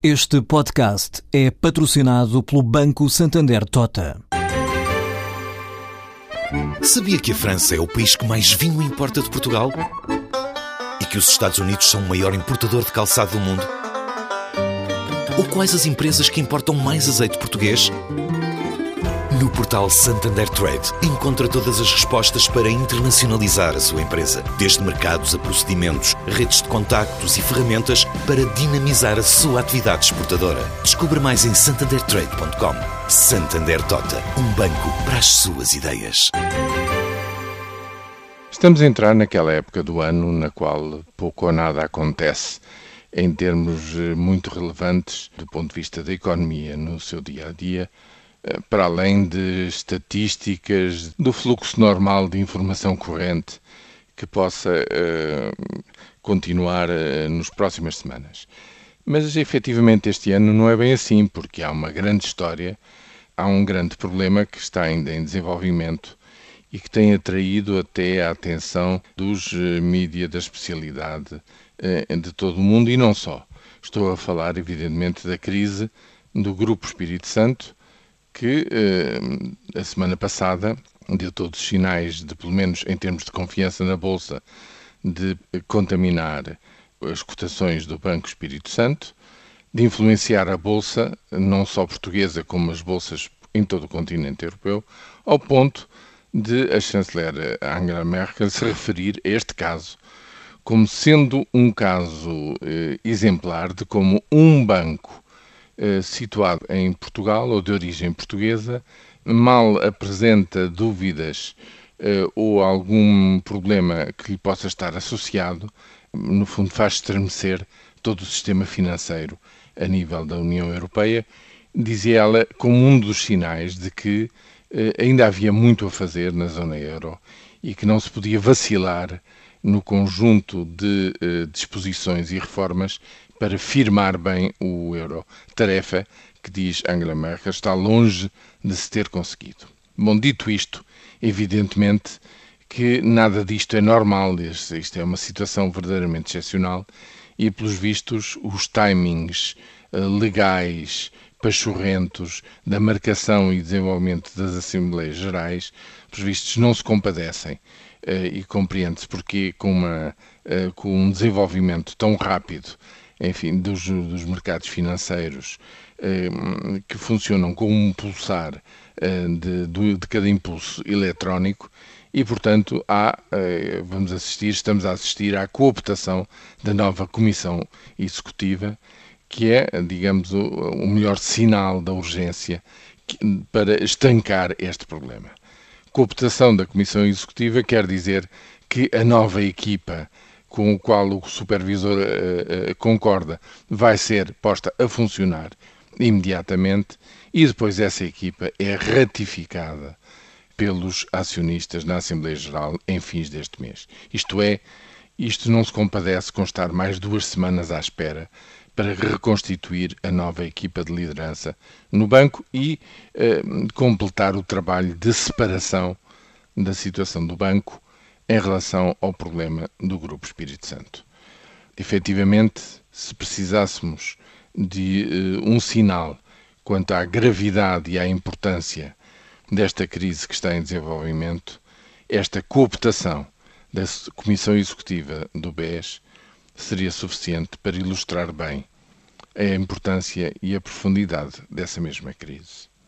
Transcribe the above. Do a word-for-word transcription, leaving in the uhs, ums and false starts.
Este podcast é patrocinado pelo Banco Santander Tota. Sabia que a França é o país que mais vinho importa de Portugal? E que os Estados Unidos são o maior importador de calçado do mundo? Ou quais as empresas que importam mais azeite português? No portal Santander Trade, encontra todas as respostas para internacionalizar a sua empresa. Desde mercados a procedimentos, redes de contactos e ferramentas para dinamizar a sua atividade exportadora. Descubra mais em santander trade ponto com. Santander Tota, um banco para as suas ideias. Estamos a entrar naquela época do ano na qual pouco ou nada acontece em termos muito relevantes do ponto de vista da economia no seu dia-a-dia, para além de estatísticas do fluxo normal de informação corrente que possa uh, continuar uh, nas próximas semanas. Mas, efetivamente, este ano não é bem assim, porque há uma grande história, há um grande problema que está ainda em desenvolvimento e que tem atraído até a atenção dos uh, mídia da especialidade uh, de todo o mundo e não só. Estou a falar, evidentemente, da crise do Grupo Espírito Santo, que eh, a semana passada deu todos os sinais de, pelo menos em termos de confiança na Bolsa, de contaminar as cotações do Banco Espírito Santo, de influenciar a Bolsa, não só portuguesa, como as bolsas em todo o continente europeu, ao ponto de a chanceler Angela Merkel se referir a este caso como sendo um caso eh, exemplar de como um banco Uh, situado em Portugal ou de origem portuguesa, mal apresenta dúvidas uh, ou algum problema que lhe possa estar associado, no fundo faz estremecer todo o sistema financeiro a nível da União Europeia, dizia ela como um dos sinais de que uh, ainda havia muito a fazer na zona euro e que não se podia vacilar no conjunto de uh, disposições e reformas para firmar bem o euro. Tarefa que, diz Angela Merkel, está longe de se ter conseguido. Bom, dito isto, evidentemente que nada disto é normal, isto é uma situação verdadeiramente excepcional e, pelos vistos, os timings uh, legais, pachorrentos da marcação e desenvolvimento das Assembleias Gerais, pelos vistos, não se compadecem. Uh, e compreende-se porque com, uma, uh, com um desenvolvimento tão rápido, enfim, dos, dos mercados financeiros uh, que funcionam com um pulsar uh, de, de, de cada impulso eletrónico e, portanto, há, uh, vamos assistir, estamos a assistir à cooptação da nova Comissão Executiva, que é, digamos, o, o melhor sinal da urgência que, para estancar este problema. Cooptação da Comissão Executiva quer dizer que a nova equipa com a qual o supervisor uh, uh, concorda vai ser posta a funcionar imediatamente e depois essa equipa é ratificada pelos acionistas na Assembleia Geral em fins deste mês. Isto é, isto não se compadece com estar mais duas semanas à espera para reconstituir a nova equipa de liderança no banco e eh, completar o trabalho de separação da situação do banco em relação ao problema do Grupo Espírito Santo. Efetivamente, se precisássemos de eh, um sinal quanto à gravidade e à importância desta crise que está em desenvolvimento, esta cooptação da Comissão Executiva do B E S seria suficiente para ilustrar bem a importância e a profundidade dessa mesma crise.